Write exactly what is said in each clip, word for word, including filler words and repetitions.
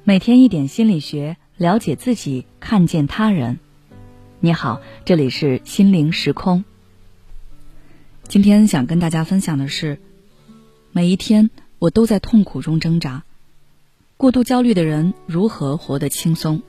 每天一点心理学，了解自己，看见他人。你好，这里是心灵时空。今天想跟大家分享的是，每一天我都在痛苦中挣扎。过度焦虑的人如何活得轻松？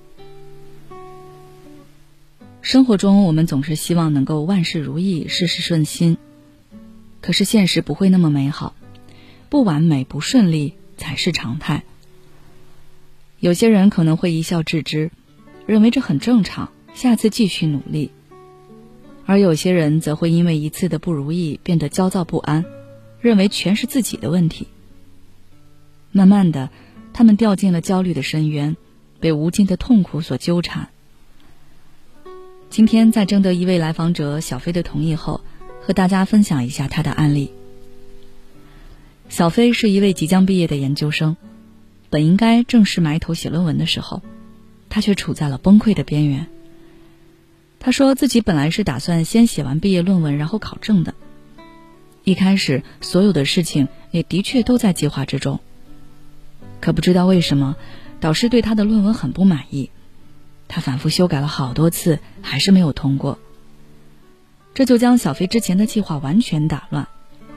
生活中我们总是希望能够万事如意，事事顺心。可是现实不会那么美好，不完美不顺利才是常态。有些人可能会一笑置之，认为这很正常，下次继续努力。而有些人则会因为一次的不如意变得焦躁不安，认为全是自己的问题。慢慢的，他们掉进了焦虑的深渊，被无尽的痛苦所纠缠。今天在征得一位来访者小飞的同意后，和大家分享一下他的案例。小飞是一位即将毕业的研究生，本应该正式埋头写论文的时候，他却处在了崩溃的边缘。他说自己本来是打算先写完毕业论文然后考证的，一开始所有的事情也的确都在计划之中。可不知道为什么，导师对他的论文很不满意，他反复修改了好多次，还是没有通过。这就将小飞之前的计划完全打乱。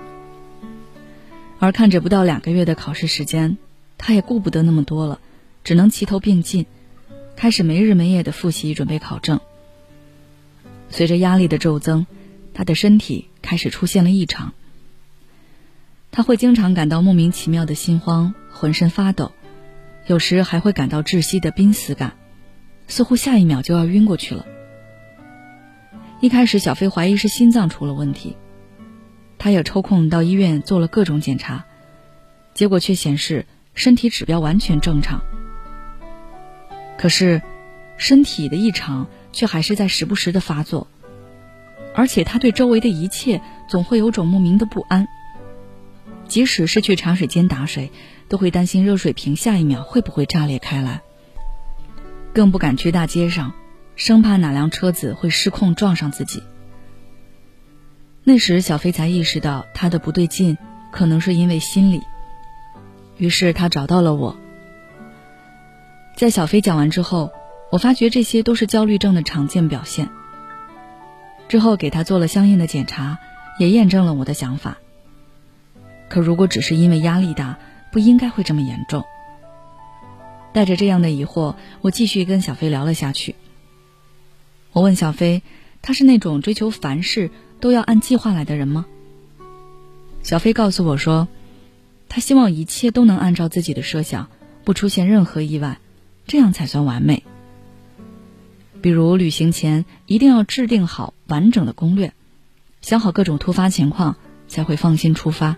而看着不到两个月的考试时间，他也顾不得那么多了，只能齐头并进，开始没日没夜的复习准备考证。随着压力的骤增，他的身体开始出现了异常。他会经常感到莫名其妙的心慌，浑身发抖，有时还会感到窒息的濒死感，似乎下一秒就要晕过去了。一开始小飞怀疑是心脏出了问题，他也抽空到医院做了各种检查，结果却显示身体指标完全正常。可是身体的异常却还是在时不时的发作，而且他对周围的一切总会有种莫名的不安，即使是去茶水间打水，都会担心热水瓶下一秒会不会炸裂开来，更不敢去大街上，生怕哪辆车子会失控撞上自己。那时小飞才意识到他的不对劲可能是因为心理，于是他找到了我。在小飞讲完之后，我发觉这些都是焦虑症的常见表现。之后给他做了相应的检查，也验证了我的想法。可如果只是因为压力大，不应该会这么严重。带着这样的疑惑，我继续跟小飞聊了下去。我问小飞，他是那种追求凡事都要按计划来的人吗？小飞告诉我说，他希望一切都能按照自己的设想，不出现任何意外，这样才算完美。比如旅行前一定要制定好完整的攻略，想好各种突发情况，才会放心出发。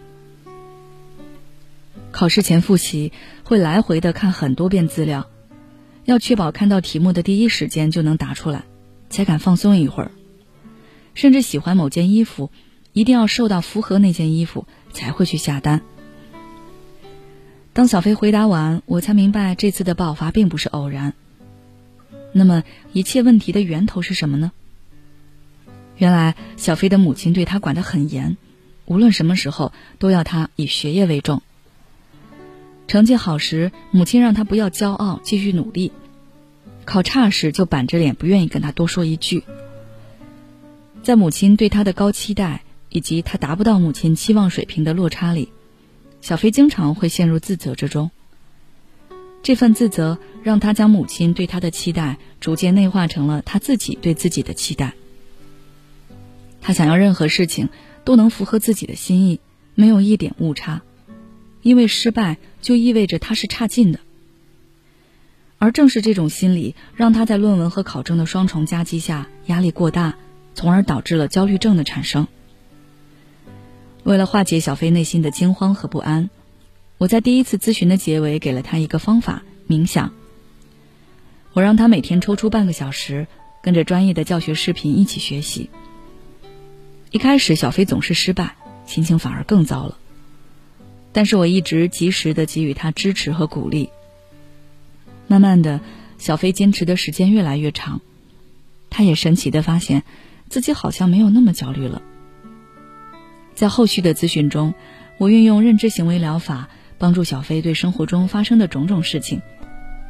考试前复习会来回的看很多遍资料，要确保看到题目的第一时间就能答出来，才敢放松一会儿。甚至喜欢某件衣服，一定要瘦到符合那件衣服才会去下单。当小飞回答完，我才明白这次的爆发并不是偶然。那么一切问题的源头是什么呢？原来小飞的母亲对他管得很严，无论什么时候都要他以学业为重。成绩好时，母亲让他不要骄傲，继续努力；考差时就板着脸不愿意跟他多说一句。在母亲对他的高期待以及他达不到母亲期望水平的落差里，小飞经常会陷入自责之中。这份自责让他将母亲对他的期待逐渐内化成了他自己对自己的期待。他想要任何事情都能符合自己的心意，没有一点误差，因为失败就意味着他是差劲的。而正是这种心理，让他在论文和考证的双重夹击下压力过大，从而导致了焦虑症的产生。为了化解小飞内心的惊慌和不安，我在第一次咨询的结尾给了他一个方法，冥想。我让他每天抽出半个小时，跟着专业的教学视频一起学习。一开始小飞总是失败，心情反而更糟了，但是我一直及时地给予他支持和鼓励。慢慢的，小飞坚持的时间越来越长，他也神奇地发现自己好像没有那么焦虑了。在后续的咨询中，我运用认知行为疗法，帮助小飞对生活中发生的种种事情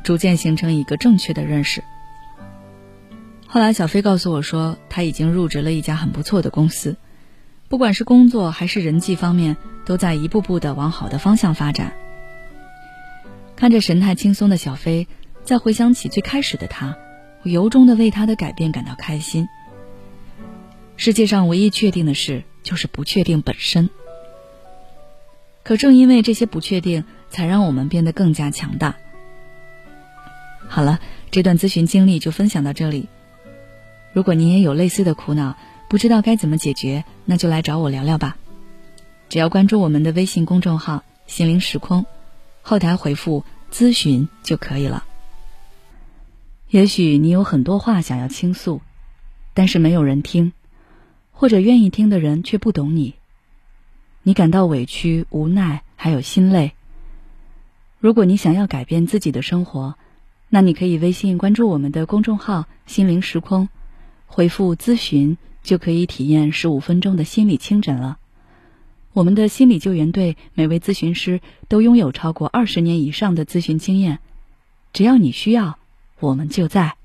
逐渐形成一个正确的认识。后来小飞告诉我说，他已经入职了一家很不错的公司，不管是工作还是人际方面，都在一步步的往好的方向发展。看着神态轻松的小飞，再回想起最开始的他，我由衷的为他的改变感到开心。世界上唯一确定的事，就是不确定本身。可正因为这些不确定，才让我们变得更加强大。好了，这段咨询经历就分享到这里。如果您也有类似的苦恼，不知道该怎么解决，那就来找我聊聊吧。只要关注我们的微信公众号心灵时空，后台回复咨询就可以了。也许你有很多话想要倾诉，但是没有人听，或者愿意听的人却不懂你。你感到委屈、无奈，还有心累。如果你想要改变自己的生活，那你可以微信关注我们的公众号心灵时空，回复咨询就可以体验十五分钟的心理清诊了。我们的心理救援队每位咨询师都拥有超过二十年以上的咨询经验，只要你需要，我们就在。